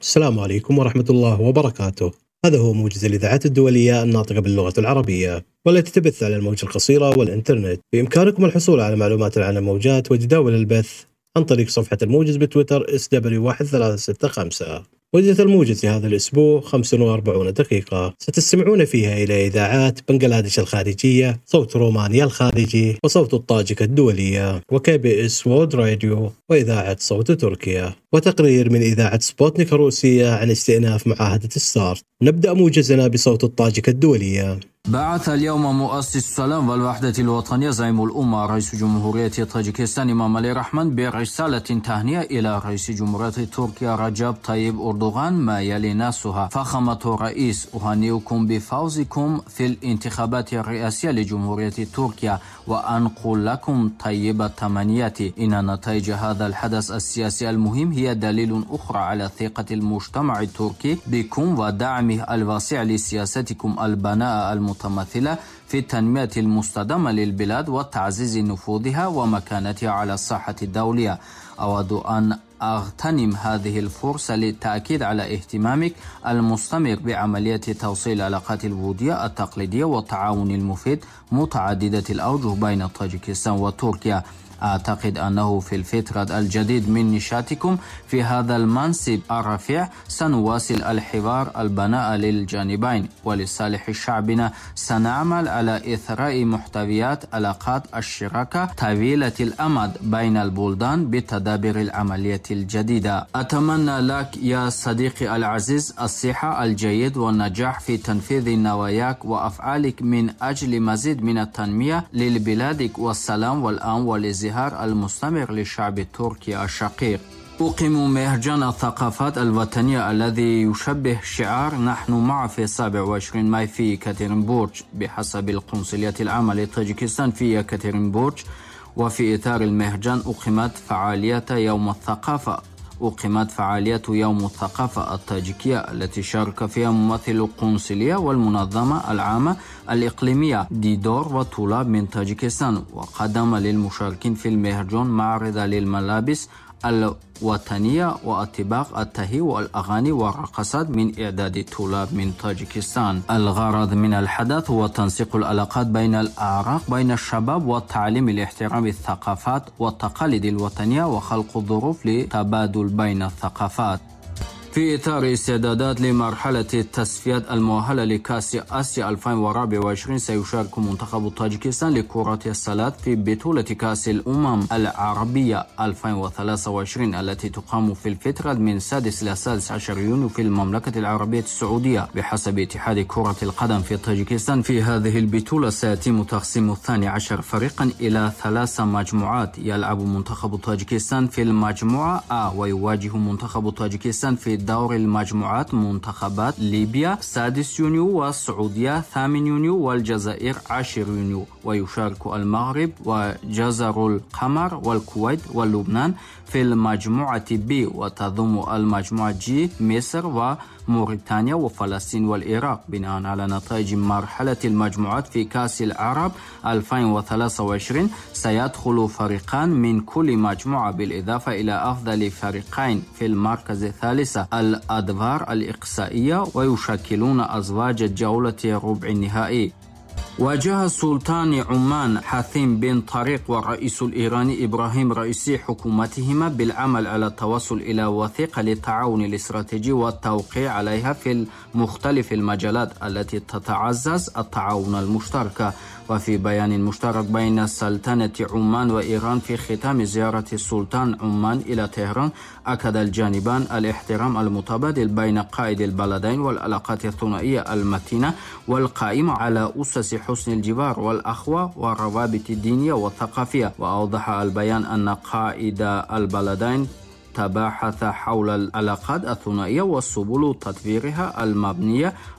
السلام عليكم ورحمة الله وبركاته. هذا هو موجز الإذاعات الدولية الناطقة باللغة العربية، والتي تبث على الموجة القصيرة والإنترنت. بإمكانكم الحصول على معلومات عن الموجات وجداول البث عن طريق صفحة الموجز بتويتر SW1365. مدة الموجز لهذا الأسبوع 45 دقيقة، ستستمعون فيها إلى إذاعات بنغلاديش الخارجية، صوت رومانيا الخارجي، وصوت الطاجكة الدولية، وKBS وورد راديو، وإذاعة صوت تركيا، وتقرير من إذاعة سبوتنيك الروسية عن استئناف معاهدة ستارت. نبدأ موجزنا بصوت الطاجكة الدولية. بعث اليوم مؤسس السلام والوحدة الوطنية زعيم الأمة رئيس جمهورية طاجكستان إمامالي رحمان برسالة تهنئة إلى رئيس جمهورية تركيا رجب طيب أردوغان ما يلي ناسها: فخامة الرئيس، أهنئكم بفوزكم في الانتخابات الرئاسية لجمهورية تركيا، وأنقل لكم طيب التمنيات. إن نتائج هذا الحدث السياسي المهم هي دليل أخرى على ثقة المجتمع التركي بكم ودعمه الواسع لسياستكم البناء المتمثلة في التنمية المستدامة للبلاد وتعزيز نفوذها ومكانتها على الساحة الدولية. أود أن أغتنم هذه الفرصة للتأكيد على اهتمامك المستمر بعملية توصيل العلاقات الودية التقليدية والتعاون المفيد متعددة الأوجه بين طاجكستان وتركيا. أعتقد أنه في الفترة الجديد من نشاطكم في هذا المنصب الرفيع سنواصل الحوار البناء للجانبين ولصالح شعبنا. سنعمل على إثراء محتويات علاقات الشراكة طويلة الأمد بين البلدان بتدابير العملية الجديدة. أتمنى لك يا صديقي العزيز الصحة الجيد والنجاح في تنفيذ نواياك وأفعالك من أجل مزيد من التنمية لبلادك والسلام والأمن والازدهار المستمر للشعب التركي الشقيق. أقيم مهرجان الثقافات الوطنية الذي يشبه شعار نحن معا في 27 ماي في يكاترينبورغ بحسب القنصلية العامة لطاجكستان في يكاترينبورغ. وفي إطار المهرجان أقيمت فعالية يوم الثقافة الطاجكية التي شارك فيها ممثل القنصلية والمنظمة العامة الإقليمية ديدور وطلاب من طاجكستان. وقدم للمشاركين في المهرجان معرض للملابس الوطنية وأطباق التهيئ والأغاني والرقصات من إعداد طلاب من طاجكستان. الغرض من الحدث هو تنسيق العلاقات بين الأعراق بين الشباب وتعليم الاحترام الثقافات والتقاليد الوطنية وخلق ظروف لتبادل بين الثقافات. في إطار استعدادات لمرحلة التصفيات المؤهلة لكأس آسيا 2024 سيشارك منتخب طاجكستان لكرة السلة في بطولة كأس الأمم العربية 2023 التي تقام في الفترة من 6 إلى 16 يونيو في المملكة العربية السعودية بحسب اتحاد كرة القدم في طاجكستان. في هذه البطولة سيتم تقسيم 12 فريقا إلى 3 مجموعات. يلعب منتخب طاجكستان في المجموعة A ويواجه منتخب طاجكستان في دور المجموعات منتخبات ليبيا 6 يونيو والسعودية 8 يونيو والجزائر 10 يونيو. ويشارك المغرب وجزر القمر والكويت ولبنان في المجموعة B، وتضم المجموعة G مصر وموريتانيا وفلسطين والعراق. بناء على نتائج مرحلة المجموعات في كأس العرب 2023 سيدخل فريقان من كل مجموعة بالإضافة إلى أفضل فريقين في المركز الثالث الأدوار الإقصائية ويشكلون أزواج الجولة ربع النهائي. واجه سلطان عمان حثيم بن طريق والرئيس الإيراني إبراهيم رئيسي حكومتهما بالعمل على التوصل إلى وثيقة للتعاون الاستراتيجي والتوقيع عليها في مختلف المجالات التي تتعزز التعاون المشترك. وفي بيان مشترك بين سلطنة عمان وإيران في ختام زيارة السلطان عمان إلى طهران، أكد الجانبان الاحترام المتبادل بين قائد البلدين والعلاقات الثنائية المتينة والقائمة على أسس حسن الجوار والأخوة والروابط الدينية والثقافية. وأوضح البيان أن قائد البلدين تباحث حول العلاقات الثنائية وسبل تطويرها المبنية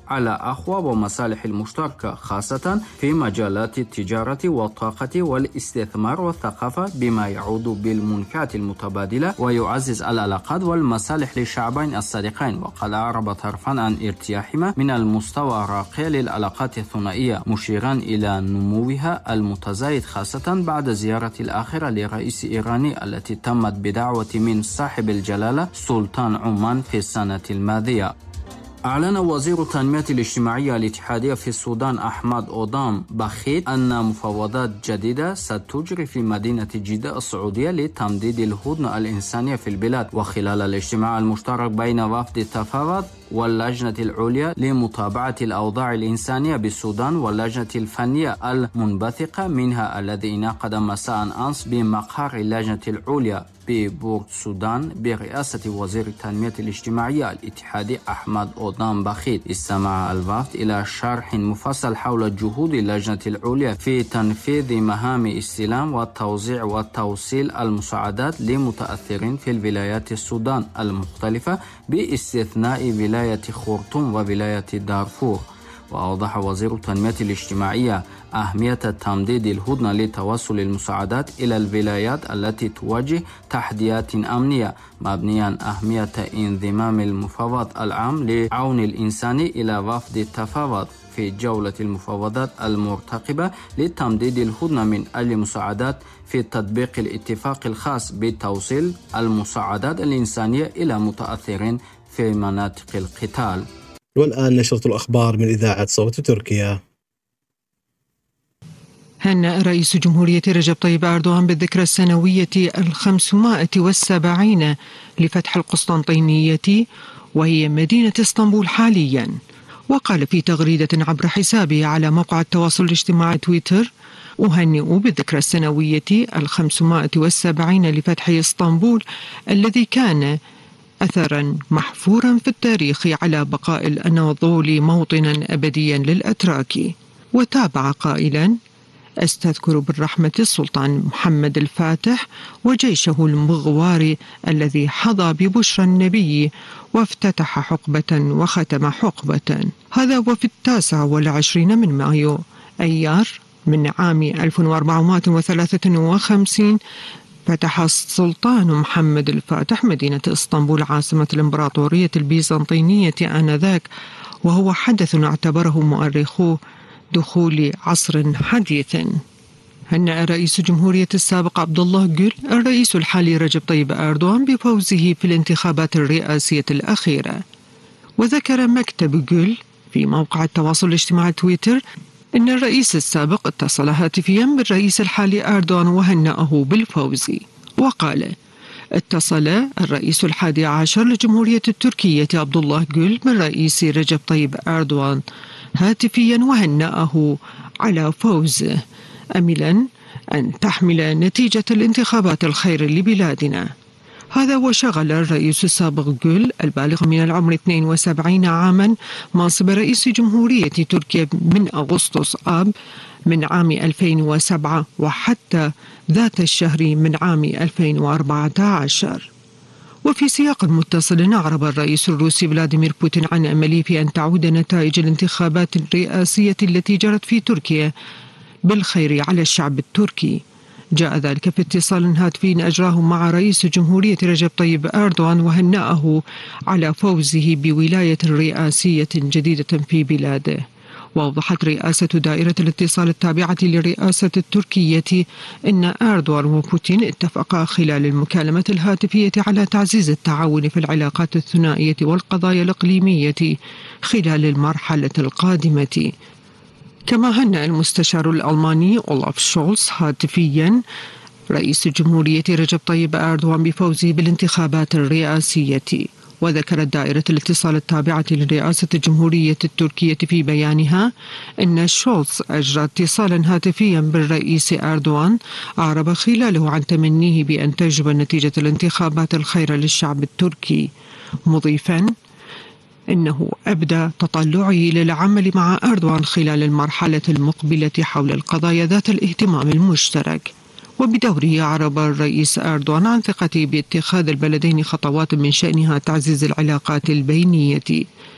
على أخوة ومصالح المشتركة، خاصة في مجالات التجارة والطاقة والاستثمار والثقافة، بما يعود بالمنفعة المتبادلة ويعزز العلاقات والمصالح للشعبين الصديقين. وقد أعرب طرفان عن ارتياحهما من المستوى الراقي للعلاقات الثنائية، مشيرا إلى نموها المتزايد خاصة بعد زيارة الأخيرة لرئيس إيراني التي تمت بدعوة من صاحب الجلالة سلطان عمان في السنة الماضية. أعلن وزير التنمية الاجتماعية الاتحادية في السودان أحمد أودام بخيت أن مفاوضات جديدة ستجري في مدينة جدة السعودية لتمديد الهدنة الإنسانية في البلاد. وخلال الاجتماع المشترك بين وفد التفاوض واللجنة العليا لمتابعة الأوضاع الإنسانية بالسودان واللجنة الفنية المنبثقة منها الذي انعقد مساء أمس بمقر اللجنة العليا ببورت السودان برئاسة وزير التنمية الاجتماعية الاتحادي أحمد أودام بخيت، استمع الوفد إلى شرح مفصل حول جهود اللجنة العليا في تنفيذ مهام استلام والتوزيع والتوصيل المساعدات لمتأثرين في الولايات السودان المختلفة باستثناء ولاية خرطوم وولاية دارفور. وأوضح وزير التنمية الاجتماعية أهمية تمديد الهدنة لتوصل المساعدات إلى الولايات التي تواجه تحديات أمنية، مبنيا أهمية انضمام المفوض العام للعون الإنساني إلى وفد التفاوض في جولة المفاوضات المرتقبة لتمديد الهدنة من أجل مساعدات في تطبيق الاتفاق الخاص بتوصيل المساعدات الإنسانية إلى متأثرين في مناطق القتال. والآن نشرة الأخبار من إذاعة صوت تركيا. هنأ رئيس جمهورية رجب طيب أردوغان بالذكرى السنوية 570 لفتح القسطنطينية وهي مدينة اسطنبول حاليا. وقال في تغريدة عبر حسابه على موقع التواصل الاجتماعي تويتر: أهنئ بالذكرى السنوية 570 لفتح اسطنبول الذي كان أثرا محفورا في التاريخ على بقاء الأناضول موطنا أبديا للأتراك. وتابع قائلا: أستذكر بالرحمة السلطان محمد الفاتح وجيشه المغوار الذي حظى ببشرى النبي وافتتح حقبة وختم حقبة. هذا وفي 29 من مايو أيار من عام 1453 فتح السلطان محمد الفاتح مدينة اسطنبول عاصمة الإمبراطورية البيزنطينية آنذاك، وهو حدث اعتبره مؤرخوه دخول عصر حديث. هنأ رئيس جمهورية السابق عبد الله جول الرئيس الحالي رجب طيب أردوغان بفوزه في الانتخابات الرئاسية الأخيرة. وذكر مكتب جول في موقع التواصل الاجتماعي تويتر إن الرئيس السابق اتصل هاتفيا بالرئيس الحالي أردوغان وهنأه بالفوز. وقال: اتصل الرئيس 11 لجمهورية التركية عبد الله جول بالرئيس رجب طيب أردوغان هاتفيا وهنأه على فوزه، أملا أن تحمل نتيجة الانتخابات الخير لبلادنا. هذا وشغل الرئيس السابق جول البالغ من العمر 72 عاما منصب رئيس جمهورية تركيا من أغسطس آب من عام 2007 وحتى ذات الشهر من عام 2014. وفي سياق متصل أعرب الرئيس الروسي فلاديمير بوتين عن أمله في أن تعود نتائج الانتخابات الرئاسية التي جرت في تركيا بالخير على الشعب التركي. جاء ذلك في اتصال هاتفي أجراه مع رئيس جمهورية رجب طيب أردوغان وهنأه على فوزه بولاية رئاسية جديدة في بلاده. وأوضحت رئاسة دائرة الاتصال التابعة للرئاسة التركية إن أردوغان وبوتين اتفقا خلال المكالمة الهاتفية على تعزيز التعاون في العلاقات الثنائية والقضايا الإقليمية خلال المرحلة القادمة. كما هنأ المستشار الألماني أولاف شولز هاتفيا رئيس جمهورية رجب طيب أردوغان بفوزه بالانتخابات الرئاسية. وذكرت دائرة الاتصال التابعة لرئاسة الجمهورية التركية في بيانها أن شولز أجرى اتصالا هاتفيا بالرئيس أردوغان أعرب خلاله عن تمنيه بأن تجب نتيجة الانتخابات الخير للشعب التركي، مضيفا إنه أبدى تطلعه للعمل مع أردوغان خلال المرحلة المقبلة حول القضايا ذات الاهتمام المشترك. وبدوره أعرب الرئيس أردوغان عن ثقته باتخاذ البلدين خطوات من شأنها تعزيز العلاقات البينية.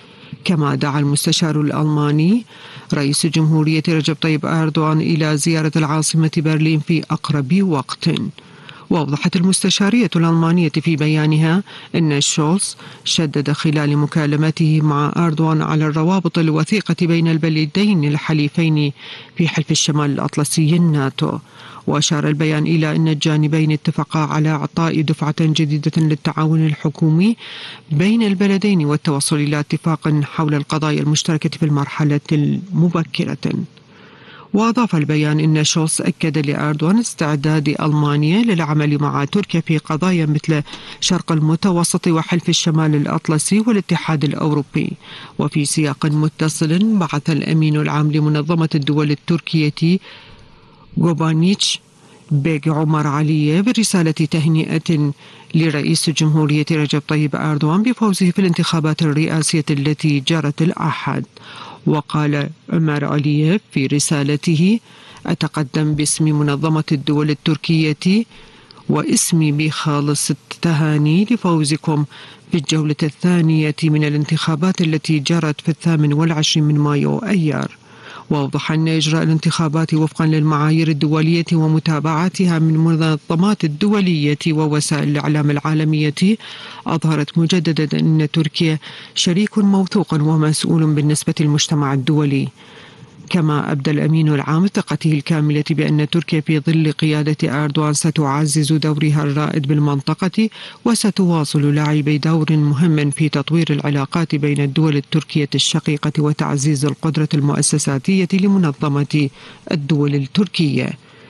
كما دعا المستشار الألماني رئيس الجمهورية رجب طيب أردوغان إلى زيارة العاصمة برلين في أقرب وقت. وأوضحت المستشارية الألمانية في بيانها أن شولز شدد خلال مكالمته مع أردوغان على الروابط الوثيقة بين البلدين الحليفين في حلف الشمال الأطلسي الناتو. وأشار البيان إلى أن الجانبين اتفقا على إعطاء دفعة جديدة للتعاون الحكومي بين البلدين والتوصل إلى اتفاق حول القضايا المشتركة في المرحلة المبكرة. وأضاف البيان أن شولز أكد لأردوغان استعداد ألمانيا للعمل مع تركيا في قضايا مثل شرق المتوسط وحلف الشمال الأطلسي والاتحاد الأوروبي. وفي سياق متصل بعث الأمين العام لمنظمة الدول التركية غوبانيتش بيغ عمر علييف برسالة تهنئة لرئيس الجمهورية رجب طيب أردوغان بفوزه في الانتخابات الرئاسية التي جرت الأحد. وقال عمر علييف في رسالته: أتقدم باسم منظمة الدول التركية واسمي بخالص التهاني لفوزكم في الجولة الثانية من الانتخابات التي جرت في 28 من مايو أيار. وأوضح أن إجراء الانتخابات وفقا للمعايير الدولية ومتابعتها من المنظمات الدولية ووسائل الإعلام العالمية أظهرت مجددا أن تركيا شريك موثوق ومسؤول بالنسبة للمجتمع الدولي. كما أبدى الأمين العام ثقته الكاملة بأن تركيا في ظل قيادة أردوغان ستعزز دورها الرائد بالمنطقة وستواصل لعب دور مهم في تطوير العلاقات بين الدول التركية الشقيقة وتعزيز القدرة المؤسساتية لمنظمة الدول التركية.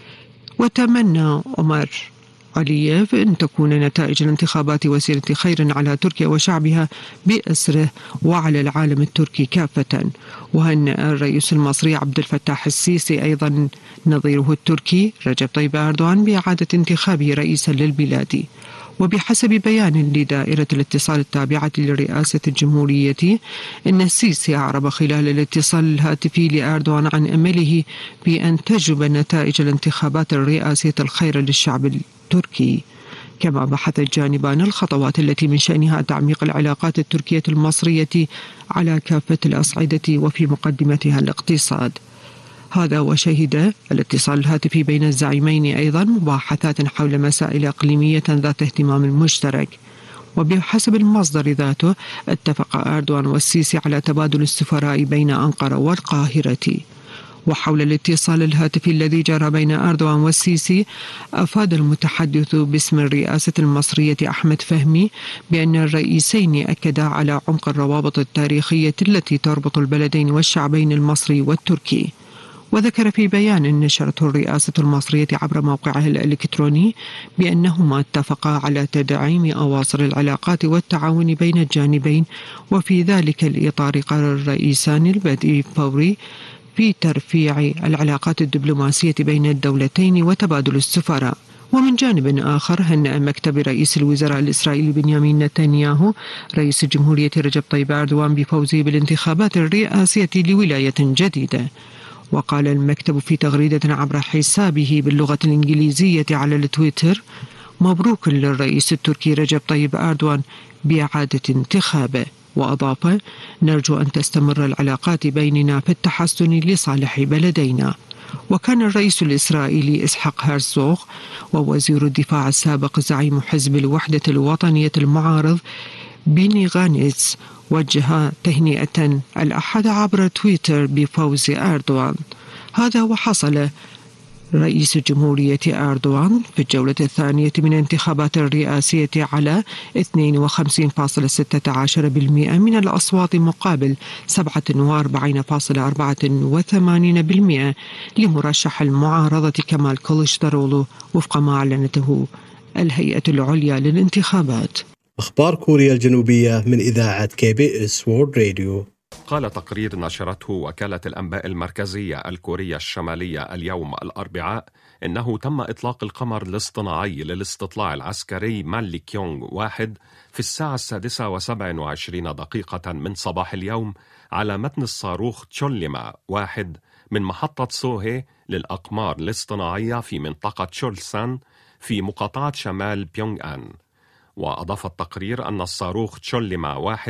وتمنى عمر علييف أن تكون نتائج الانتخابات وسيلة خير على تركيا وشعبها بأسره وعلى العالم التركي كافة. وهنأ الرئيس المصري عبد الفتاح السيسي أيضا نظيره التركي رجب طيب أردوغان بإعادة انتخابه رئيسا للبلاد. وبحسب بيان لدائرة الاتصال التابعة لرئاسة الجمهورية إن السيسي أعرب خلال الاتصال الهاتفي لأردوغان عن أمله بأن تجلب نتائج الانتخابات الرئاسية الخير للشعب التركي. كما بحث الجانبان الخطوات التي من شأنها تعميق العلاقات التركية المصرية على كافة الأصعدة وفي مقدمتها الاقتصاد. هذا وشهد الاتصال الهاتفي بين الزعيمين أيضا مباحثات حول مسائل إقليمية ذات اهتمام مشترك. وبحسب المصدر ذاته اتفق أردوغان والسيسي على تبادل السفراء بين أنقرة والقاهرة. وحول الاتصال الهاتفي الذي جرى بين أردوغان والسيسي أفاد المتحدث باسم الرئاسة المصرية أحمد فهمي بأن الرئيسين أكدا على عمق الروابط التاريخية التي تربط البلدين والشعبين المصري والتركي. وذكر في بيان نشرته الرئاسة المصرية عبر موقعها الإلكتروني بأنهما اتفقا على تدعيم أواصر العلاقات والتعاون بين الجانبين. وفي ذلك الإطار قرر الرئيسان البدء فوري في ترفيع العلاقات الدبلوماسية بين الدولتين وتبادل السفراء. ومن جانب آخر هنأ مكتب رئيس الوزراء الإسرائيلي بنيامين نتنياهو رئيس الجمهورية رجب طيب أردوغان بفوزه بالانتخابات الرئاسية لولاية جديدة. وقال المكتب في تغريدة عبر حسابه باللغة الإنجليزية على التويتر: مبروك للرئيس التركي رجب طيب أردوغان بإعادة انتخابه. وأضاف: نرجو أن تستمر العلاقات بيننا في التحسن لصالح بلدينا. وكان الرئيس الإسرائيلي إسحاق هرزوغ ووزير الدفاع السابق زعيم حزب الوحدة الوطنية المعارض بيني غانيتس وجه تهنئة الأحد عبر تويتر بفوز أردوغان. هذا وحصل رئيس الجمهورية أردوغان في الجولة الثانية من الانتخابات الرئاسية على 52.16% من الأصوات مقابل 47.84% لمرشح المعارضة كمال كليشدارولو وفق ما أعلنته الهيئة العليا للانتخابات. أخبار كوريا الجنوبية من إذاعة KBS وورلد راديو. قال تقرير نشرته وكالة الأنباء المركزية الكورية الشمالية اليوم الأربعاء إنه تم إطلاق القمر الاصطناعي للاستطلاع العسكري مانلي كيونغ 1 في الساعة 6:27 من صباح اليوم على متن الصاروخ تشوليما 1 من محطة سوهي للأقمار الاصطناعية في منطقة تشولسان في مقاطعة شمال بيونغ آن. وأضاف التقرير أن الصاروخ تشوليما 1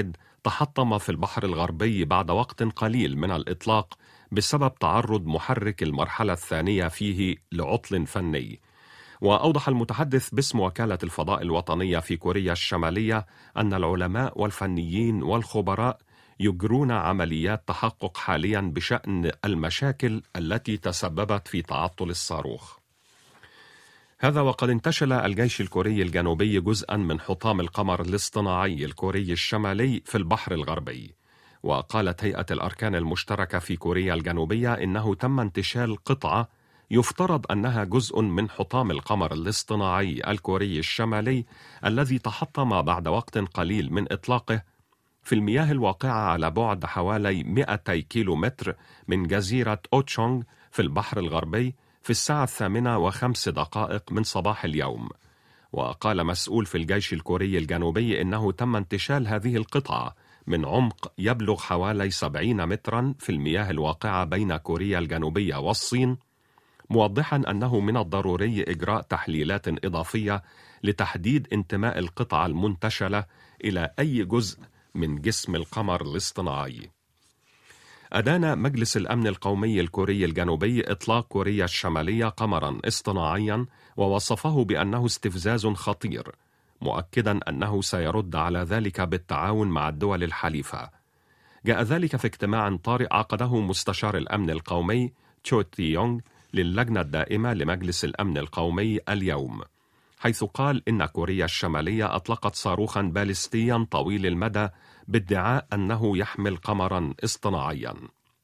تحطم في البحر الغربي بعد وقت قليل من الإطلاق بسبب تعرض محرك المرحلة الثانية فيه لعطل فني. وأوضح المتحدث باسم وكالة الفضاء الوطنية في كوريا الشمالية أن العلماء والفنيين والخبراء يجرون عمليات تحقق حاليا بشأن المشاكل التي تسببت في تعطل الصاروخ. هذا وقد انتشل الجيش الكوري الجنوبي جزءا من حطام القمر الاصطناعي الكوري الشمالي في البحر الغربي. وقالت هيئة الأركان المشتركة في كوريا الجنوبية إنه تم انتشال قطعة يفترض أنها جزء من حطام القمر الاصطناعي الكوري الشمالي الذي تحطم بعد وقت قليل من إطلاقه في المياه الواقعة على بعد حوالي 200 كيلومتر من جزيرة أوتشونغ في البحر الغربي في 8:05 من صباح اليوم. وقال مسؤول في الجيش الكوري الجنوبي إنه تم انتشال هذه القطعة من عمق يبلغ حوالي 70 مترا في المياه الواقعة بين كوريا الجنوبية والصين، موضحا أنه من الضروري إجراء تحليلات إضافية لتحديد انتماء القطعة المنتشلة إلى أي جزء من جسم القمر الاصطناعي. أدان مجلس الأمن القومي الكوري الجنوبي إطلاق كوريا الشمالية قمرا اصطناعيا ووصفه بأنه استفزاز خطير، مؤكدا أنه سيرد على ذلك بالتعاون مع الدول الحليفة. جاء ذلك في اجتماع طارئ عقده مستشار الأمن القومي تشو تي يونغ للجنة الدائمة لمجلس الأمن القومي اليوم، حيث قال إن كوريا الشمالية أطلقت صاروخا باليستيا طويل المدى بادعاء أنه يحمل قمرا اصطناعيا.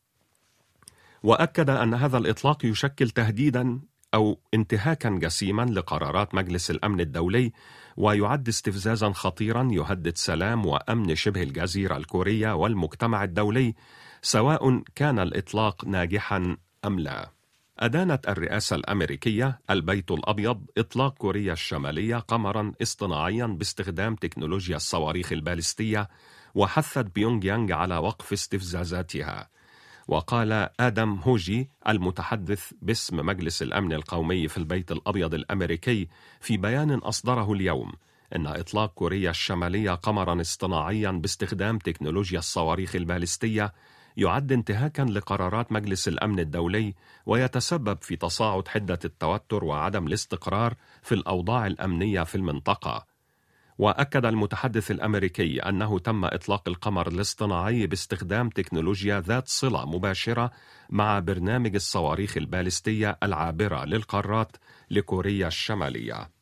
وأكد أن هذا الإطلاق يشكل تهديدا أو انتهاكا جسيما لقرارات مجلس الأمن الدولي، ويعد استفزازا خطيرا يهدد سلام وأمن شبه الجزيرة الكورية والمجتمع الدولي، سواء كان الإطلاق ناجحا أم لا. أدانت الرئاسة الأمريكية البيت الأبيض إطلاق كوريا الشمالية قمرا اصطناعيا باستخدام تكنولوجيا الصواريخ البالستية، وحثت بيونغ يانغ على وقف استفزازاتها. وقال آدم هوجي المتحدث باسم مجلس الأمن القومي في البيت الأبيض الأمريكي في بيان أصدره اليوم إن إطلاق كوريا الشمالية قمرا اصطناعيا باستخدام تكنولوجيا الصواريخ البالستية يعد انتهاكا لقرارات مجلس الأمن الدولي، ويتسبب في تصاعد حدة التوتر وعدم الاستقرار في الأوضاع الأمنية في المنطقة. وأكد المتحدث الأمريكي أنه تم إطلاق القمر الاصطناعي باستخدام تكنولوجيا ذات صلة مباشرة مع برنامج الصواريخ البالستية العابرة للقارات لكوريا الشمالية.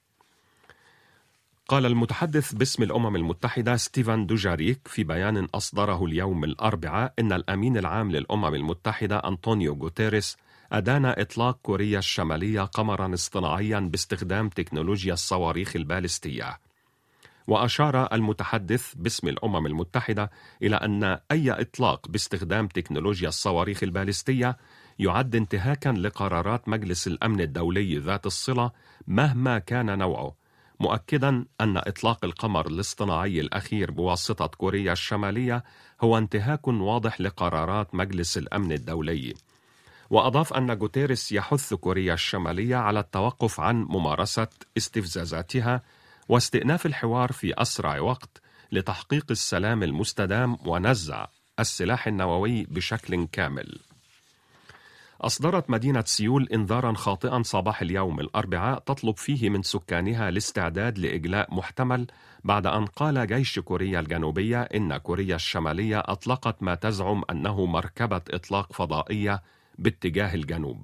قال المتحدث باسم الأمم المتحدة ستيفان دوجاريك في بيان أصدره اليوم الأربعاء إن الأمين العام للأمم المتحدة أنطونيو غوتيريس أدان إطلاق كوريا الشمالية قمرا اصطناعيا باستخدام تكنولوجيا الصواريخ البالستية. وأشار المتحدث باسم الأمم المتحدة إلى أن أي إطلاق باستخدام تكنولوجيا الصواريخ البالستية يعد انتهاكا لقرارات مجلس الأمن الدولي ذات الصلة مهما كان نوعه، مؤكدا أن إطلاق القمر الاصطناعي الأخير بواسطة كوريا الشمالية هو انتهاك واضح لقرارات مجلس الأمن الدولي. وأضاف أن غوتيريس يحث كوريا الشمالية على التوقف عن ممارسة استفزازاتها واستئناف الحوار في أسرع وقت لتحقيق السلام المستدام ونزع السلاح النووي بشكل كامل. أصدرت مدينة سيول إنذارا خاطئا صباح اليوم الأربعاء تطلب فيه من سكانها الاستعداد لإجلاء محتمل بعد أن قال جيش كوريا الجنوبية إن كوريا الشمالية أطلقت ما تزعم أنه مركبة إطلاق فضائية باتجاه الجنوب.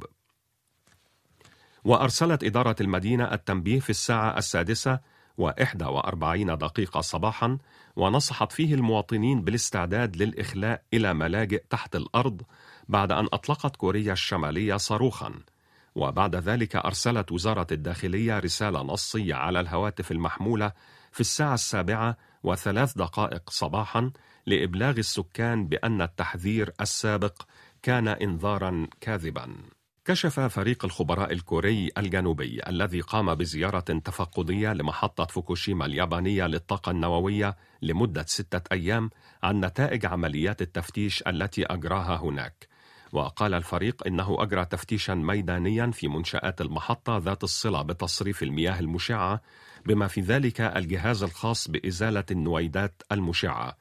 وأرسلت إدارة المدينة التنبيه في 6:41 صباحا، ونصحت فيه المواطنين بالاستعداد للإخلاء إلى ملاجئ تحت الأرض بعد أن أطلقت كوريا الشمالية صاروخا. وبعد ذلك أرسلت وزارة الداخلية رسالة نصية على الهواتف المحمولة في 7:03 صباحا لإبلاغ السكان بأن التحذير السابق كان إنذارا كاذبا. كشف فريق الخبراء الكوري الجنوبي الذي قام بزيارة تفقدية لمحطة فوكوشيما اليابانية للطاقة النووية لمدة 6 أيام عن نتائج عمليات التفتيش التي أجراها هناك. وقال الفريق إنه أجرى تفتيشا ميدانيا في منشآت المحطة ذات الصلة بتصريف المياه المشعة، بما في ذلك الجهاز الخاص بإزالة النويدات المشعة.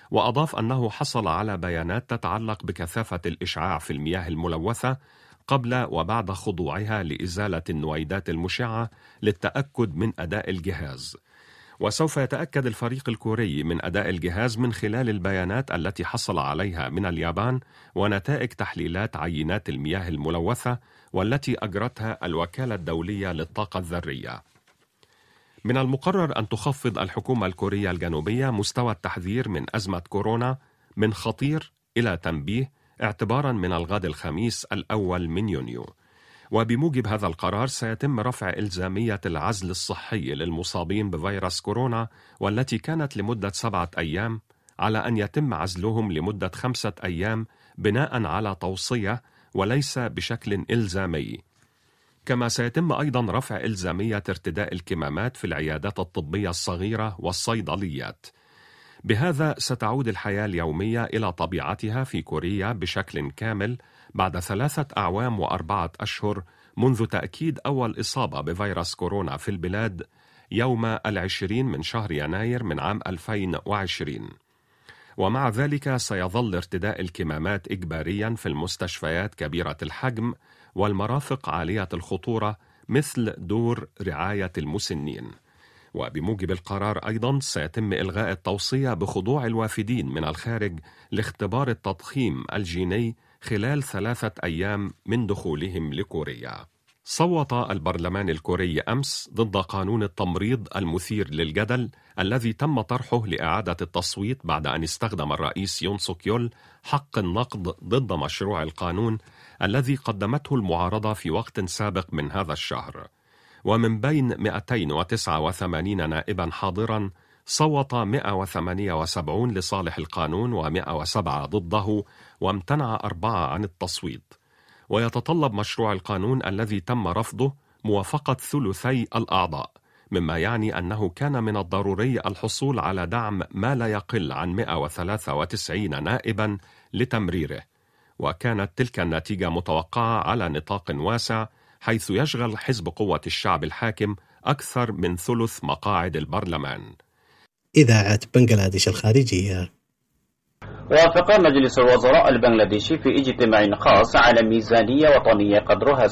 وأضاف أنه حصل على بيانات تتعلق بكثافة الإشعاع في المياه الملوثة قبل وبعد خضوعها لإزالة النويدات المشعة للتأكد من أداء الجهاز. وسوف يتأكد الفريق الكوري من أداء الجهاز من خلال البيانات التي حصل عليها من اليابان ونتائج تحليلات عينات المياه الملوثة والتي أجرتها الوكالة الدولية للطاقة الذرية. من المقرر أن تخفض الحكومة الكورية الجنوبية مستوى التحذير من أزمة كورونا من خطير إلى تنبيه اعتبارا من الغد الخميس 1 من يونيو. وبموجب هذا القرار سيتم رفع إلزامية العزل الصحي للمصابين بفيروس كورونا والتي كانت لمدة 7 أيام على أن يتم عزلهم لمدة 5 أيام بناء على توصية وليس بشكل إلزامي. كما سيتم أيضا رفع إلزامية ارتداء الكمامات في العيادات الطبية الصغيرة والصيدليات. بهذا ستعود الحياة اليومية إلى طبيعتها في كوريا بشكل كامل بعد 3 أعوام و4 أشهر منذ تأكيد أول إصابة بفيروس كورونا في البلاد يوم 20 من شهر يناير من عام 2020. ومع ذلك سيظل ارتداء الكمامات إجباريا في المستشفيات كبيرة الحجم والمرافق عالية الخطورة مثل دور رعاية المسنين. وبموجب القرار أيضا سيتم إلغاء التوصية بخضوع الوافدين من الخارج لاختبار التضخيم الجيني خلال 3 أيام من دخولهم لكوريا. صوت البرلمان الكوري أمس ضد قانون التمريض المثير للجدل الذي تم طرحه لإعادة التصويت بعد أن استخدم الرئيس يون سوك يول حق النقد ضد مشروع القانون الذي قدمته المعارضة في وقت سابق من هذا الشهر. ومن بين 289 نائبا حاضرا صوت 178 لصالح القانون و107 ضده وامتنع 4 عن التصويت. ويتطلب مشروع القانون الذي تم رفضه موافقة 2/3 الأعضاء، مما يعني أنه كان من الضروري الحصول على دعم ما لا يقل عن 193 نائبا لتمريره. وكانت تلك النتيجة متوقعة على نطاق واسع حيث يشغل حزب قوة الشعب الحاكم أكثر من ثلث مقاعد البرلمان. إذاعة بنغلاديش الخارجية. وافق مجلس الوزراء البنغلاديشي في اجتماع خاص على ميزانية وطنية قدرها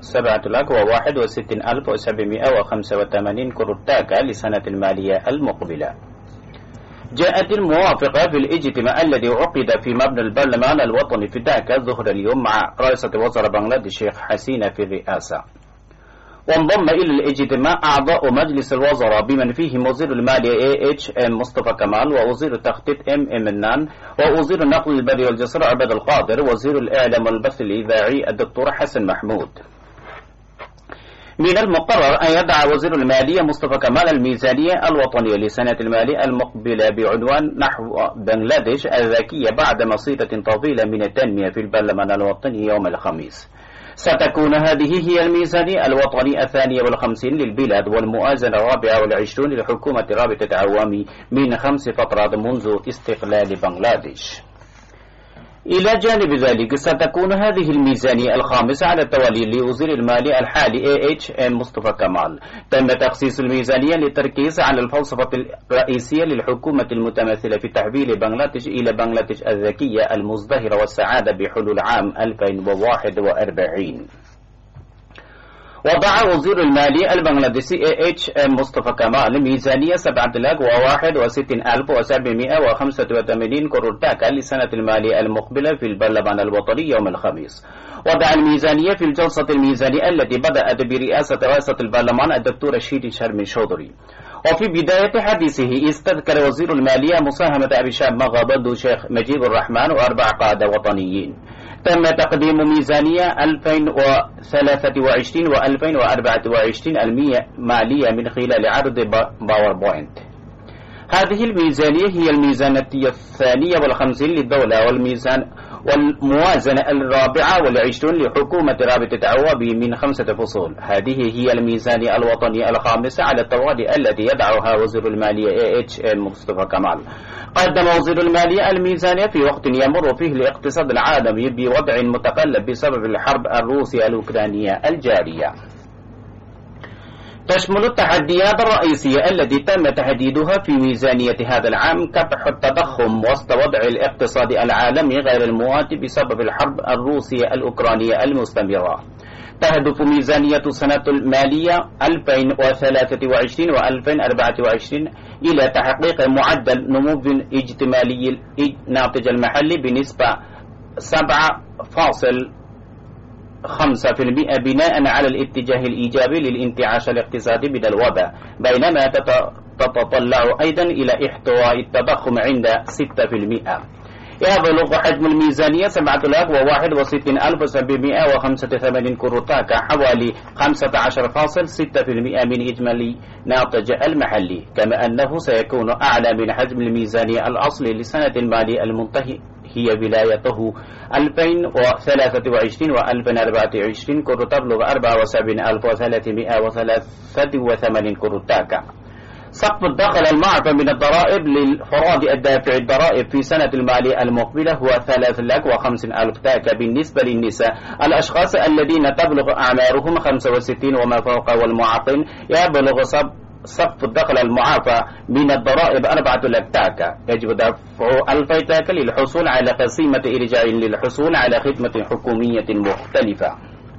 761,785 كرة تاكا لسنة المالية المقبلة. جاءت الموافقة في الاجتماع الذي عقد في مبنى البرلمان الوطني في داكا ظهر اليوم مع رئيسة وزراء بنغلاديش الشيخ حسينة في الرئاسة. وانضم إلى الاجتماع أعضاء مجلس الوزراء بمن فيهم وزير المالية مصطفى كمال ووزير التخطيط منان ووزير النقل البري والجسر عبد القادر ووزير الإعلام والبث الإذاعي الدكتور حسن محمود. من المقرر أن يضع وزير المالية مصطفى كمال الميزانية الوطنية لسنة المالية المقبلة بعنوان نحو بنغلاديش الذكية بعد مسيرة طويلة من التنمية في البرلمان الوطني يوم الخميس. ستكون هذه هي الميزانية الوطني 52 للبلاد والمؤازنة 24 لحكومة رابطة عوامي من 5 فترات منذ استقلال بنغلاديش. إلى جانب ذلك ستكون هذه الميزانية الخامسة على التوالي لوزير المالية الحالي مصطفى كمال. تم تخصيص الميزانية للتركيز على الفلسفة الرئيسية للحكومة المتمثلة في تحويل بنغلاديش إلى بنغلاديش الذكية المزدهرة والسعادة بحلول عام 2041. وضع وزير المالية البنغلاديشي مصطفى كمال ميزانية 761,785 كرة تاكا لسنة المالية المقبلة في البرلمان الوطني يوم الخميس. وضع الميزانية في الجلسة الميزانية التي بدأت برئاسة رئيسة البرلمان الدكتور شيرين شرمي شودري. وفي بداية حديثه استذكر وزير المالية مساهمة أبي شاب مغابد شيخ مجيب الرحمن و4 قادة وطنيين. تم تقديم ميزانية 2023 و2024 المالية من خلال عرض باوربوينت. هذه الميزانية هي الميزانية 52 للدولة والموازنة 24 لحكومة رابطة عوامي من 5 فصول. هذه هي الميزانية الوطنية الخامسة على التوالي التي يضعها وزير المالية مصطفى كمال. قدم وزير المالية الميزانية في وقت يمر فيه الاقتصاد العالمي بوضع متقلب بسبب الحرب الروسية الأوكرانية الجارية. تشمل التحديات الرئيسية التي تم تحديدها في ميزانية هذا العام كبح التضخم وسط وضع الاقتصاد العالمي غير المواتي بسبب الحرب الروسية الأوكرانية المستمرة. تهدف ميزانية السنة المالية 2023 و2024 إلى تحقيق معدل نمو اجتمالي الناتج المحلي بنسبة 7.5% بناء على الاتجاه الإيجابي للانتعاش الاقتصادي من الوباء، بينما تتطلع أيضا إلى احتواء التضخم عند 6%. يبلغ حجم الميزانية 761,785 كروتاكا، حوالي 15.6% من إجمالي ناتج المحلي، كما أنه سيكون أعلى من حجم الميزانية الأصلي لسنة المالية المنتهي هي ولايته 2023 و2024 كرة تبلغ 74,383 كروتاكا. سقف الدخل المعفى من الضرائب للفراد الدافع الضرائب في سنة المالية المقبلة هو 3,50,000 تاكا بالنسبة للنساء. الأشخاص الذين تبلغ أعمارهم 65 وما فوق والمعاقين يبلغ سقف الدخل المعافى من الضرائب 4,000 تاكا. يجب دفع 2,000 تاكا للحصول على قسيمة إرجاع للحصول على خدمة حكومية مختلفة.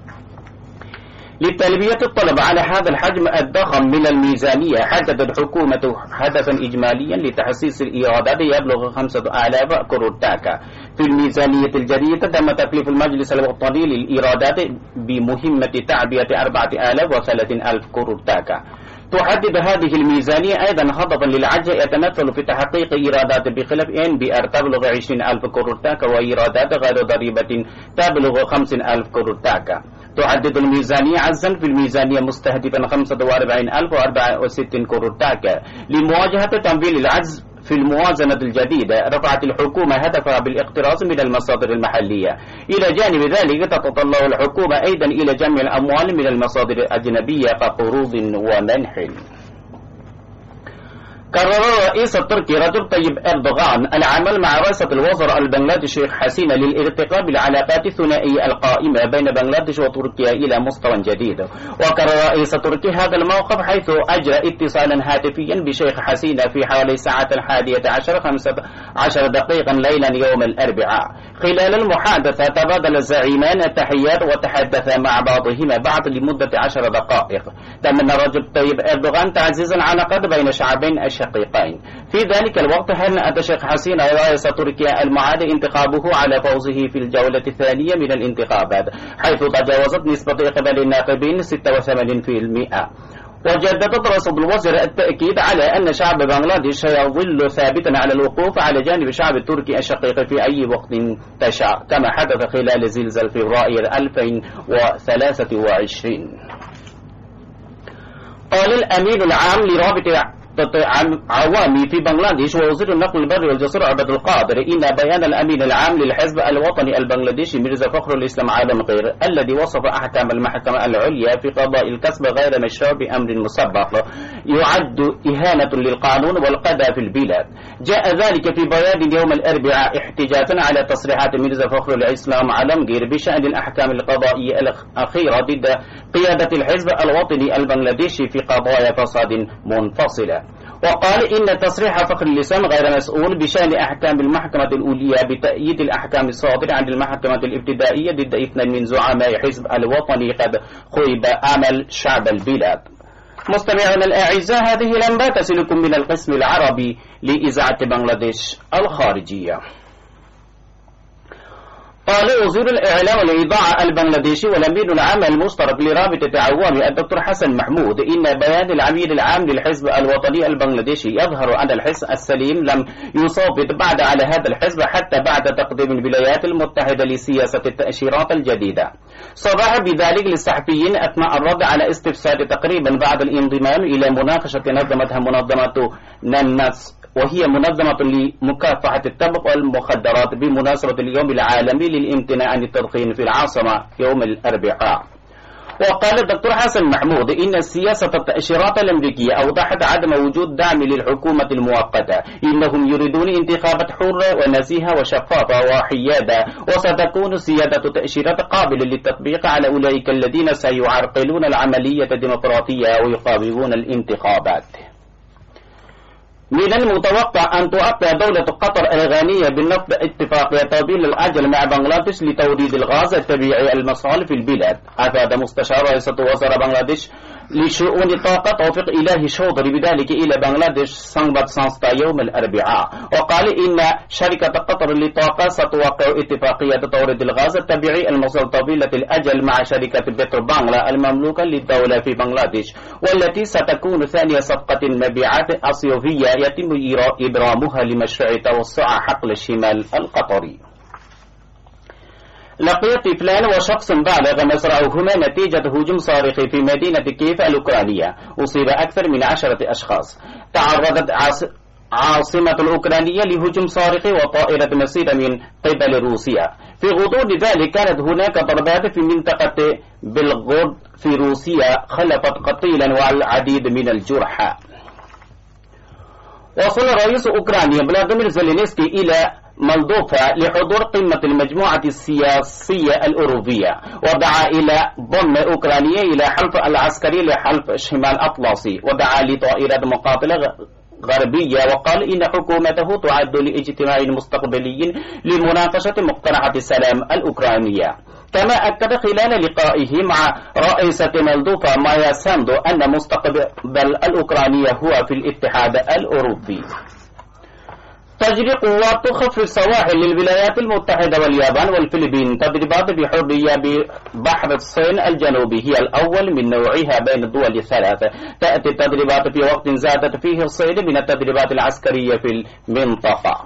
لتلبية الطلب على هذا الحجم الضخم من الميزانية، حددت الحكومة هدفا إجماليا لتحسيس الإيرادات يبلغ 5,000 كروتاكا. في الميزانية الجديدة تم تكليف المجلس الوطني للإيرادات بمهمة تعبئة 4,30,000 كروتاكا. تحدد هذه الميزانية أيضا هدفا للعجز يتمثل في تحقيق إيرادات بخلاف NBR تبلغ 20,000 كروتاكا وإيرادات غير ضريبة تبلغ 50,000 كروتاكا. تحدد الميزانية عجزا في الميزانية مستهدفا 45,064 كروتاكا. لمواجهة تمويل العجز في الموازنة الجديدة، رفعت الحكومة هدفها بالاقتراض من المصادر المحلية. إلى جانب ذلك تتطلع الحكومة أيضا إلى جمع الأموال من المصادر الأجنبية كقروض ومنح. قرر الرئيس التركي رجب طيب أردوغان العمل مع رئيسة الوزراء البنغلاديشي شيخ حسينة للارتقاء بالعلاقات الثنائية القائمة بين بنغلاديش وتركيا إلى مستوى جديد. وقرر رئيس تركيا هذا الموقف حيث أجرى اتصالا هاتفيا بشيخ حسينة في حوالي الساعة 11:15 دقيقا ليلا يوم الأربعاء. خلال المحادثة تبادل الزعيمان التحيات وتحدثا مع بعضهما بعض لمدة 10 دقائق. تمنى رجب طيب أردوغان تعزيز العلاقات بين الشعبين الشقيقين. في ذلك الوقت هنأت الشيخ حسينة رئيس تركيا المعاد انتخابه على فوزه في الجولة الثانية من الانتخابات، حيث تجاوزت نسبة إقبال الناخبين 86%. وجددت رئاسة الوزراء التأكيد على أن شعب بنغلاديش سيظل ثابتا على الوقوف على جانب الشعب التركي الشقيق في أي وقت تشاء، كما حدث خلال زلزال فبراير 2023. قال الأمين العام لرابطة عوامي في بنغلاديش ووزير النقل البري والجسور عبد القادر إن بيان الأمين العام للحزب الوطني البنغلاديشي ميرزا فخر الإسلام عالم غير الذي وصف أحكام المحكمة العليا في قضاء الكسب غير مشروع بأمر مسبق يعد إهانة للقانون والقضاء في البلاد. جاء ذلك في بيان يوم الأربعاء احتجاجا على تصريحات ميرزا فخر الإسلام عالم غير بشأن الأحكام القضائية الأخيرة ضد قيادة الحزب الوطني البنغلاديشي في قضايا فساد منفصلة. وقال إن تصريح فخر الإسلام غير مسؤول بشأن أحكام المحكمة الأولية بتأييد الأحكام الصادرة عن المحكمة الابتدائية ضد 2 من زعماء حزب الوطني قد خيب أمل شعب البلاد. مستمعينا الأعزاء، هذه الأنباء تصلكم من القسم العربي لإذاعة بنغلاديش الخارجية. قال وزير الإعلام والإذاعة البنغلاديشي والأمين العام المشترك لرابطة عوامي الدكتور حسن محمود إن بيان العميد العام للحزب الوطني البنغلاديشي يظهر أن الحزب السليم لم يصوت بعد على هذا الحزب حتى بعد تقديم الولايات المتحدة لسياسة التأشيرات الجديدة. صرح بذلك للصحفيين أثناء الرد على استفسار تقريبا بعد الانضمام إلى مناقشة نظمتها منظمة ناناس، وهي منظمة لمكافحة التبغ والمخدرات بمناسبة اليوم العالمي للامتناع عن التدخين في العاصمة يوم الأربعاء. وقال الدكتور حسن محمود إن سياسة التأشيرات الأمريكية أوضحت عدم وجود دعم للحكومة المؤقتة، إنهم يريدون انتخابات حرة ونزيهة وشفافة وحيادة، وستكون سيادة التأشيرات قابلة للتطبيق على أولئك الذين سيعرقلون العملية الديمقراطية ويقاومون الانتخابات. من المتوقع أن توقع دولة قطر الغانية بالنفط اتفاقية طويل الأجل مع بنغلاديش لتوريد الغاز الطبيعي المصال في البلاد. أفاد مستشار رئيسة وزراء بنغلاديش لشؤون الطاقة توفيق إلهي شوضري بذلك إلى بنغلاديش سانبات سانستا يوم الأربعاء، وقال إن شركة قطر للطاقة ستوقع اتفاقية توريد الغاز الطبيعي المصال طويلة الأجل مع شركة بترو بانغلا المملوكة للدولة في بنغلاديش، والتي ستكون ثانية صفقة مبيعات أصيوفية يتم إبرامها لمشروع توسع حقل الشمال القطري. لقي طفلان وشخص بالغ مصرعهما نتيجة هجوم صارخي في مدينة كييف الأوكرانية، أصيب أكثر من 10 أشخاص. تعرضت عاصمة الأوكرانية لهجوم صارخي وطائرة مسيرة من قبل روسيا. في غضون ذلك كانت هناك ضربات في منطقة بلغورود في روسيا خلفت قتيلا والعديد من الجرحى. وصل رئيس أوكرانيا فلاديمير زيلينسكي إلى مولدوفا لحضور قمة المجموعة السياسية الأوروبية، ودعا إلى ضم أوكرانيا إلى حلف العسكري لحلف شمال أطلسي، ودعا لطائرات مقاتلة غربية، وقال إن حكومته تعد لاجتماع مستقبلي لمناقشة مقترحات السلام الأوكرانية. كما أكد خلال لقائه مع رئيسة مولدوفا مايا ساندو أن مستقبل الأوكرانية هو في الاتحاد الأوروبي. تجري قوات تخفف السواحل للولايات المتحدة واليابان والفلبين تدريبات بحرية ببحر الصين الجنوبي، هي الأول من نوعها بين الدول الثلاث. تأتي التدريبات في وقت زادت فيه الصين من التدريبات العسكرية في المنطقة.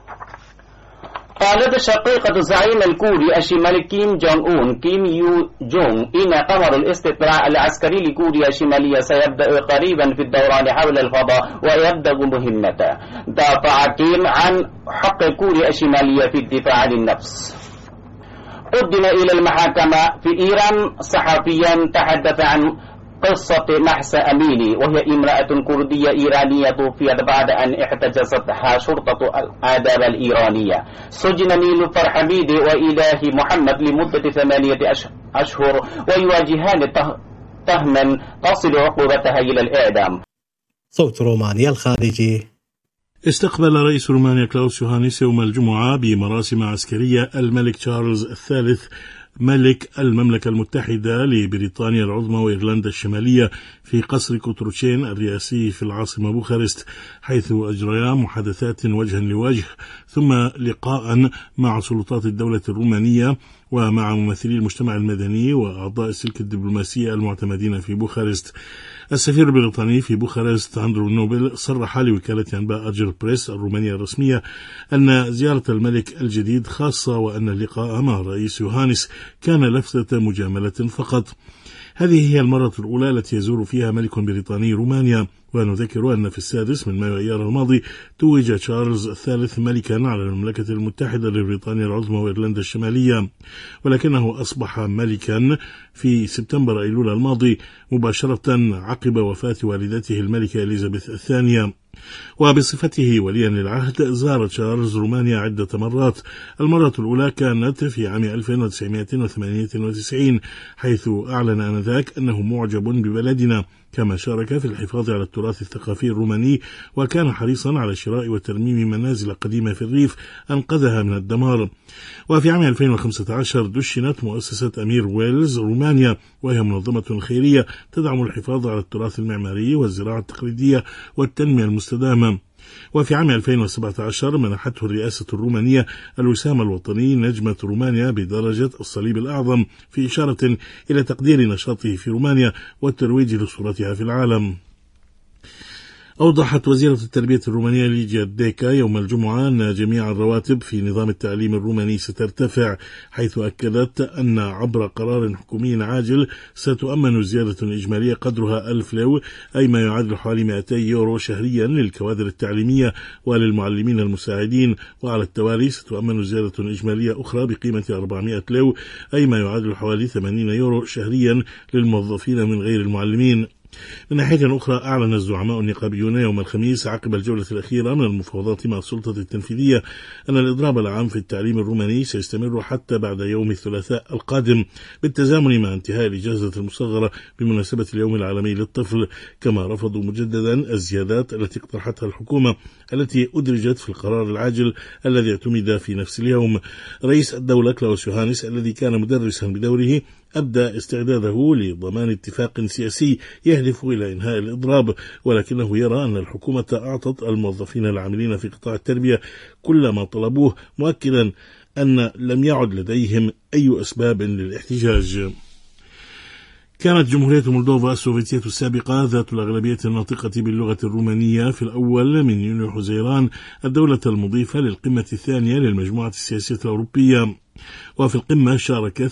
قالت شقيقة زعيم الكوري الشمالي كيم جونغ أون كيم يو جونغ إن قمر الاستطلاع العسكري لكوريا الشمالية سيبدأ قريبا في الدوران حول الفضاء ويبدأ مهمته. دافع كيم عن حق كوريا الشمالية في الدفاع عن النفس. قدم إلى المحاكمة في إيران صحفيا تحدث عن قصة محسا أميني، وهي امرأة كردية إيرانية توفيت بعد أن احتجزتها شرطة الآداب الإيرانية. سجن نيلوفر حميدي وإلهي محمد لمدة 8 أشهر ويواجهان تهما تصل عقوبتها إلى الإعدام. صوت رومانيا الخارجي. استقبل رئيس رومانيا كلاوس يوهانيس يوم الجمعة بمراسم عسكرية الملك تشارلز الثالث ملك المملكة المتحدة لبريطانيا العظمى وإيرلندا الشمالية في قصر كوتروتشين الرئاسي في العاصمة بوخارست، حيث أجريا محادثات وجها لوجه ثم لقاء مع سلطات الدولة الرومانية ومع ممثلي المجتمع المدني وأعضاء السلك الدبلوماسي المعتمدين في بوخارست. السفير البريطاني في بوخارست أندرو نوبل صرح لوكالة أنباء أجر بريس الرومانية الرسمية أن زيارة الملك الجديد خاصة، وأن اللقاء مع الرئيس يوهانيس كان لفتة مجاملة فقط. هذه هي المرة الأولى التي يزور فيها ملك بريطاني رومانيا، ونذكر أن في 6 مايو أيار الماضي توج تشارلز الثالث ملكا على المملكة المتحدة لبريطانيا العظمى وإيرلندا الشمالية، ولكنه أصبح ملكا في سبتمبر أيلول الماضي مباشرة عقب وفاة والدته الملكة إليزابيث الثانية. وبصفته وليا للعهد زار تشارلز رومانيا عدة مرات. المرة الأولى كانت في عام 1998 حيث أعلن آنذاك أنه معجب ببلدنا، كما شارك في الحفاظ على التراث الثقافي الروماني، وكان حريصا على شراء وترميم منازل قديمة في الريف أنقذها من الدمار. وفي عام 2015 دشنت مؤسسة أمير ويلز رومانيا، وهي منظمة خيرية تدعم الحفاظ على التراث المعماري والزراعة التقليدية والتنمية المستدامة. وفي عام 2017 منحته الرئاسة الرومانية الوسام الوطني نجمة رومانيا بدرجة الصليب الأعظم، في إشارة إلى تقدير نشاطه في رومانيا والترويج لصورتها في العالم. أوضحت وزيرة التربية الرومانية ليجيا ديكا يوم الجمعة أن جميع الرواتب في نظام التعليم الروماني سترتفع، حيث أكدت أن عبر قرار حكومي عاجل ستؤمن زيادة إجمالية قدرها 1000 لو، أي ما يعادل حوالي 200 يورو شهريا للكوادر التعليمية وللمعلمين المساعدين، وعلى التوالي ستؤمن زيادة إجمالية أخرى بقيمة 400 لو، أي ما يعادل حوالي 80 يورو شهريا للموظفين من غير المعلمين. من ناحية أخرى، أعلن الزعماء النقابيون يوم الخميس عقب الجولة الأخيرة من المفاوضات مع السلطة التنفيذية أن الإضراب العام في التعليم الروماني سيستمر حتى بعد يوم الثلاثاء القادم، بالتزامن مع انتهاء الإجازة المصغرة بمناسبة اليوم العالمي للطفل. كما رفضوا مجددا الزيادات التي اقترحتها الحكومة التي أدرجت في القرار العاجل الذي اعتمد في نفس اليوم. رئيس الدولة كلاوس يوهانيس الذي كان مدرسا بدوره أبدى استعداده لضمان اتفاق سياسي يهدف إلى إنهاء الإضراب، ولكنه يرى أن الحكومة أعطت الموظفين العاملين في قطاع التربية كل ما طلبوه، مؤكدا أن لم يعد لديهم أي أسباب للاحتجاج. كانت جمهورية مولدوفا السوفيتية السابقة ذات الأغلبية الناطقة باللغة الرومانية في الأول من يونيو حزيران الدولة المضيفة للقمة الثانية للمجموعة السياسية الأوروبية. وفي القمة شارك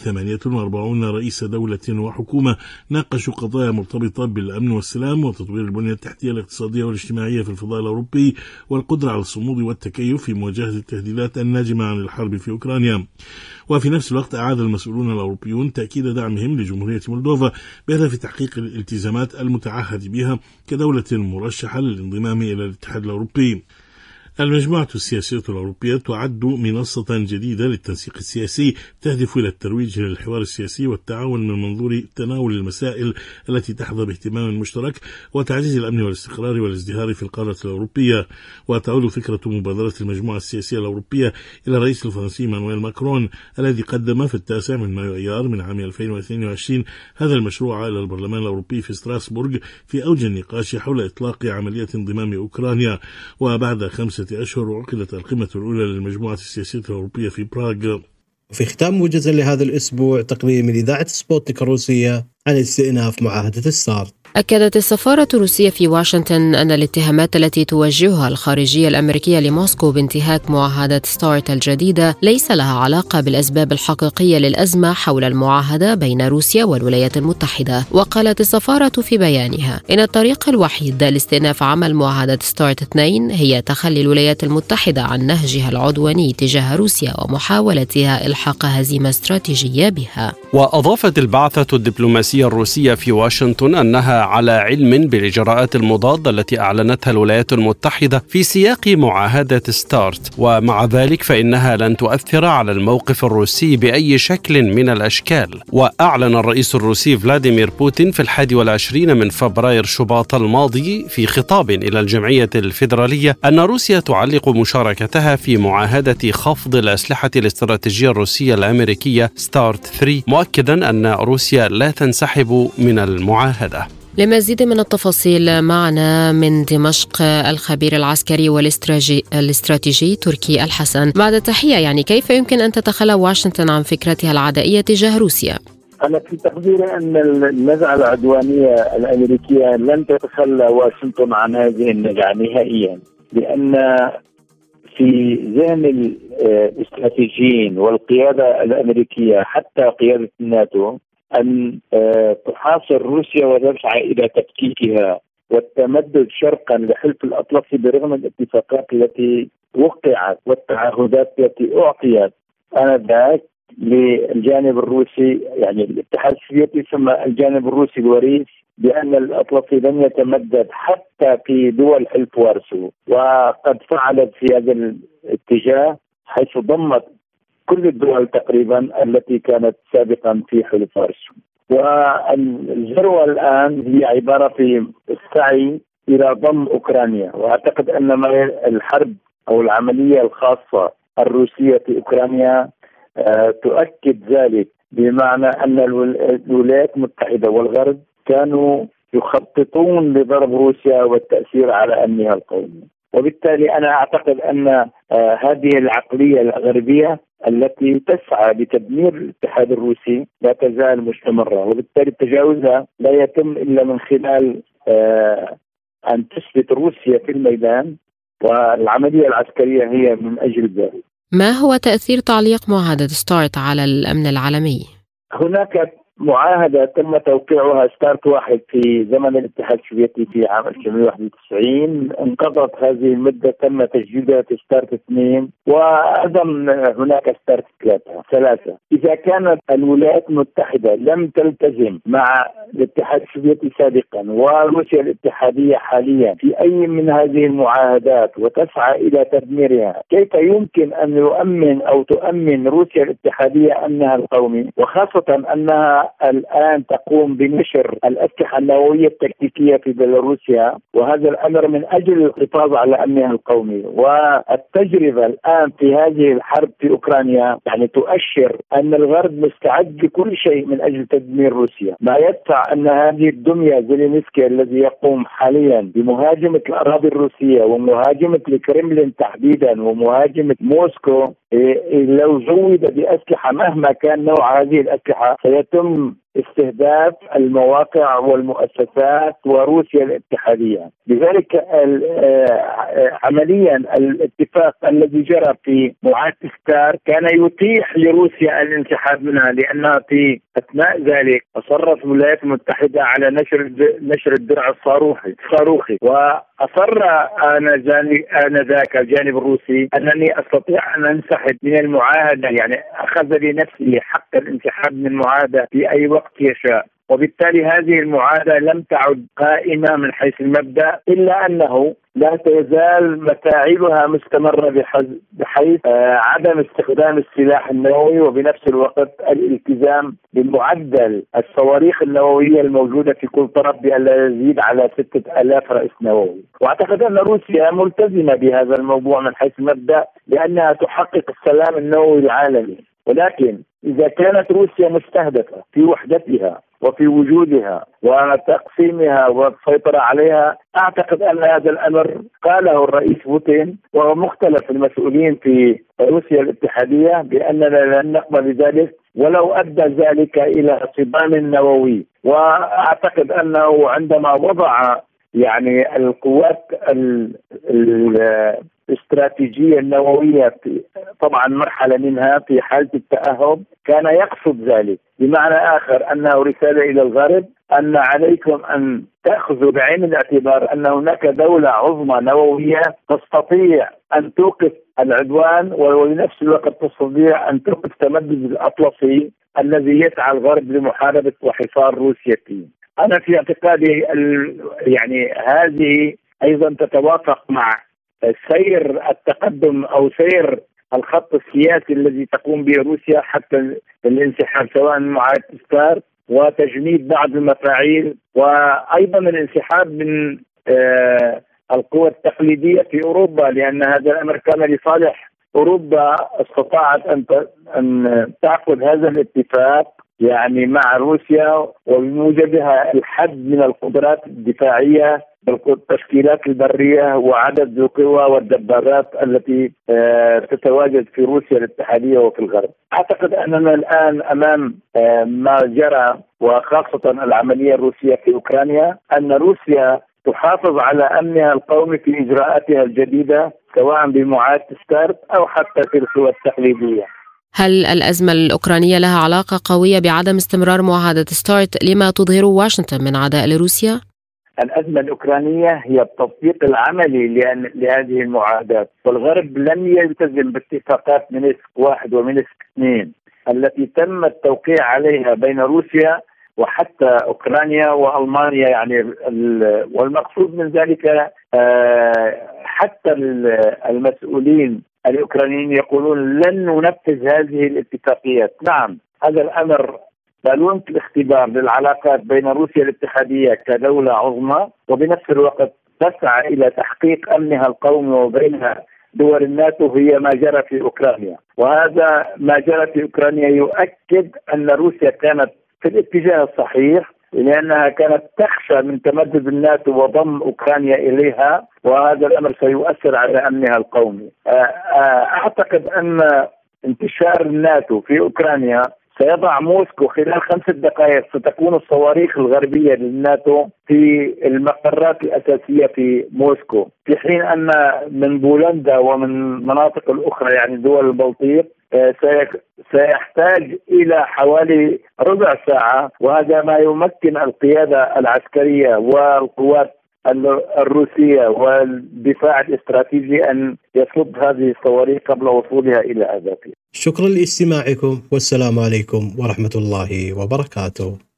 48 رئيس دولة وحكومة ناقشوا قضايا مرتبطة بالأمن والسلام وتطوير البنية التحتية الاقتصادية والاجتماعية في الفضاء الأوروبي والقدرة على الصمود والتكيف في مواجهة التهديدات الناجمة عن الحرب في أوكرانيا. وفي نفس الوقت أعاد المسؤولون الأوروبيون تأكيد دعمهم لجمهورية مولدوفا بهدف تحقيق الالتزامات المتعهد بها كدولة مرشحة للانضمام إلى الاتحاد الأوروبي. المجموعة السياسية الأوروبية تعد منصة جديدة للتنسيق السياسي تهدف إلى الترويج للحوار السياسي والتعاون من منظور تناول المسائل التي تحظى باهتمام مشترك وتعزيز الأمن والاستقرار والازدهار في القارة الأوروبية. وتعود فكرة مبادرة المجموعة السياسية الأوروبية إلى الرئيس الفرنسي مانويل ماكرون الذي قدم في 9 مايو أيار من عام 2022 هذا المشروع إلى البرلمان الأوروبي في ستراسبورغ في أوج النقاش حول إطلاق عملية انضمام أوكرانيا. وبعد 5 أشهر عقدت القمة الأولى للمجموعة السياسية الأوروبية في براغ. وفي ختام موجز لهذا الأسبوع تقرير من إذاعة سبوتنيك الروسية عن استئناف معاهدة ستارت. أكدت السفارة الروسية في واشنطن أن الاتهامات التي توجهها الخارجية الأمريكية لموسكو بانتهاك معاهدة ستارت الجديدة ليس لها علاقة بالأسباب الحقيقية للأزمة حول المعاهدة بين روسيا والولايات المتحدة. وقالت السفارة في بيانها إن الطريق الوحيد لاستئناف عمل معاهدة ستارت 2 هي تخلي الولايات المتحدة عن نهجها العدواني تجاه روسيا ومحاولتها إلحاق هزيمة استراتيجية بها. وأضافت البعثة الدبلوماسية الروسية في واشنطن أنها على علم بالإجراءات المضادة التي أعلنتها الولايات المتحدة في سياق معاهدة ستارت، ومع ذلك فإنها لن تؤثر على الموقف الروسي بأي شكل من الأشكال. وأعلن الرئيس الروسي فلاديمير بوتين في 21 من فبراير شباط الماضي في خطاب إلى الجمعية الفيدرالية أن روسيا تعلق مشاركتها في معاهدة خفض الأسلحة الاستراتيجية الروسية الأمريكية ستارت 3، مؤكدا أن روسيا لا تنسحب من المعاهدة. لمزيد من التفاصيل معنا من دمشق الخبير العسكري والاستراتيجي تركي الحسن. بعد تحية، كيف يمكن أن تتخلى واشنطن عن فكرتها العدائية تجاه روسيا؟ أنا في تقديري أن النزعة العدوانية الأمريكية لن تتخلى واشنطن عن هذه النزعة نهائيا، لأن في ذهن الاستراتيجيين والقيادة الأمريكية حتى قيادة الناتو أن تحاصر روسيا وتسعى إلى تفكيكها والتمدد شرقا لحلف الأطلسي برغم الاتفاقات التي وقعت والتعهدات التي أعطيت آنذاك للجانب الروسي، الاتحاد السوفيتي ثم الجانب الروسي الوريث، بأن الأطلسي لن يتمدد حتى في دول حلف وارسو، وقد فعلت في هذا الاتجاه حيث ضمت كل الدول تقريبا التي كانت سابقا في حلف وارسو. والذروة الآن هي عبارة في السعي إلى ضم أوكرانيا، وأعتقد أن الحرب أو العملية الخاصة الروسية في أوكرانيا تؤكد ذلك، بمعنى أن الولايات المتحدة والغرب كانوا يخططون لضرب روسيا والتأثير على أمنها القومي. وبالتالي أنا أعتقد أن هذه العقلية الغربية التي تسعى لتدمير الاتحاد الروسي لا تزال مستمرة، وبالتالي تجاوزها لا يتم إلا من خلال أن تثبت روسيا في الميدان، والعملية العسكرية هي من أجل ذلك. ما هو تأثير تعليق معاهدة ستارت على الأمن العالمي؟ هناك معاهدة تم توقيعها ستارت 1 في زمن الاتحاد السوفيتي في عام 1991، انقضت هذه المدة، تم تجديدها في ستارت 2، وأيضا هناك ستارت 3. إذا كانت الولايات المتحدة لم تلتزم مع الاتحاد السوفيتي سابقا وروسيا الاتحادية حاليا في أي من هذه المعاهدات وتسعى إلى تدميرها، كيف يمكن أن يؤمن أو تؤمن روسيا الاتحادية أمنها القومي، وخاصة أنها الآن تقوم بنشر الأسلحة النووية التكتيكية في بيلاروسيا، وهذا الأمر من أجل الحفاظ على أمنها القومي. والتجربة الآن في هذه الحرب في أوكرانيا يعني تؤشر أن الغرب مستعد لكل شيء من أجل تدمير روسيا، ما يدفع أن هذه الدمية زيلينسكي الذي يقوم حاليا بمهاجمة الأراضي الروسية ومهاجمة الكرملين تحديدا ومهاجمة موسكو، لو زود بأسلحة مهما كان نوع هذه الأسلحة سيتم استهداف المواقع والمؤسسات وروسيا الاتحادية. لذلك عمليا الاتفاق الذي جرى في معاهدة ستارت كان يتيح لروسيا الانسحاب منها، لأنها في أثناء ذلك أصرت الولايات المتحدة على نشر الدرع الصاروخي، وأصر آنذاك الجانب الروسي أنني أستطيع أن أنسحب من المعاهدة، يعني أخذ لنفسه حق الانسحاب من المعاهدة في أي وقت يشاء. وبالتالي هذه المعاهدة لم تعد قائمة من حيث المبدأ، إلا أنه لا تزال مفاعلها مستمرة بحيث عدم استخدام السلاح النووي، وبنفس الوقت الالتزام بمعدل الصواريخ النووية الموجودة في كل طرف بألا يزيد على 6000 رأس نووي. وأعتقد أن روسيا ملتزمة بهذا الموضوع من حيث المبدأ، لأنها تحقق السلام النووي العالمي. ولكن إذا كانت روسيا مستهدفة في وحدتها وفي وجودها وتقسيمها والسيطرة عليها، أعتقد أن هذا الأمر قاله الرئيس بوتين وهو مختلف المسؤولين في روسيا الاتحادية بأننا لن نقبل بذلك ولو أدى ذلك إلى صدام نووي. وأعتقد أنه عندما وضع يعني القوات الاستراتيجية النووية طبعا مرحلة منها في حالة التأهب، كان يقصد ذلك بمعنى آخر أنه رسالة إلى الغرب أن عليكم أن تأخذوا بعين الاعتبار أن هناك دولة عظمى نووية تستطيع أن توقف العدوان، وبنفس الوقت تستطيع أن توقف تمدد الأطلسي الذي يسعى الغرب لمحاربة وحصار روسيا فيه. أنا في اعتقادي يعني هذه أيضا تتوافق مع سير التقدم أو سير الخط السياسي الذي تقوم به روسيا حتى الانسحاب، سواء معاهدة ستارت وتجميد بعض المفاعيل، وأيضا الانسحاب من القوى التقليدية في أوروبا، لأن هذا الأمر كان لصالح أوروبا. استطاعت أن تأخذ هذا الاتفاق يعني مع روسيا، وبموجبها الحد من القدرات الدفاعية بالتشكيلات البرية وعدد القوى والدبابات التي تتواجد في روسيا الاتحادية وفي الغرب. أعتقد أننا الآن أمام ما جرى، وخاصة العملية الروسية في أوكرانيا، أن روسيا تحافظ على أمنها القومي في إجراءاتها الجديدة سواء بمعاهدة ستارت أو حتى في القوى التقليدية. هل الأزمة الأوكرانية لها علاقة قوية بعدم استمرار معاهدة ستارت لما تظهره واشنطن من عداء لروسيا؟ الأزمة الأوكرانية هي التطبيق العملي لهذه المعاهدات، والغرب لم يلتزم باتفاقات مينسك 1 ومينسك 2 التي تم التوقيع عليها بين روسيا وحتى أوكرانيا وألمانيا. يعني والمقصود من ذلك حتى المسؤولين الأوكرانيين يقولون لن ننفذ هذه الاتفاقيات. نعم، هذا الأمر بالون الاختبار للعلاقات بين روسيا الاتحادية كدولة عظمى، وبنفس الوقت تسعى إلى تحقيق أمنها القومي وبين دول الناتو، هي ما جرى في أوكرانيا. وهذا ما جرى في أوكرانيا يؤكد أن روسيا كانت في الاتجاه الصحيح، لأنها كانت تخشى من تمدد الناتو وضم أوكرانيا إليها، وهذا الأمر سيؤثر على أمنها القومي. أعتقد أن انتشار الناتو في أوكرانيا سيضع موسكو خلال 5 دقائق ستكون الصواريخ الغربية للناتو في المقرات الأساسية في موسكو، في حين أن من بولندا ومن مناطق الأخرى يعني دول البلطيق سيحتاج إلى حوالي ربع ساعة، وهذا ما يمكن القيادة العسكرية والقوات الروسية والدفاع الاستراتيجي أن يصد هذه الصواريخ قبل وصولها إلى أهدافها. شكرا لاستماعكم، والسلام عليكم ورحمة الله وبركاته.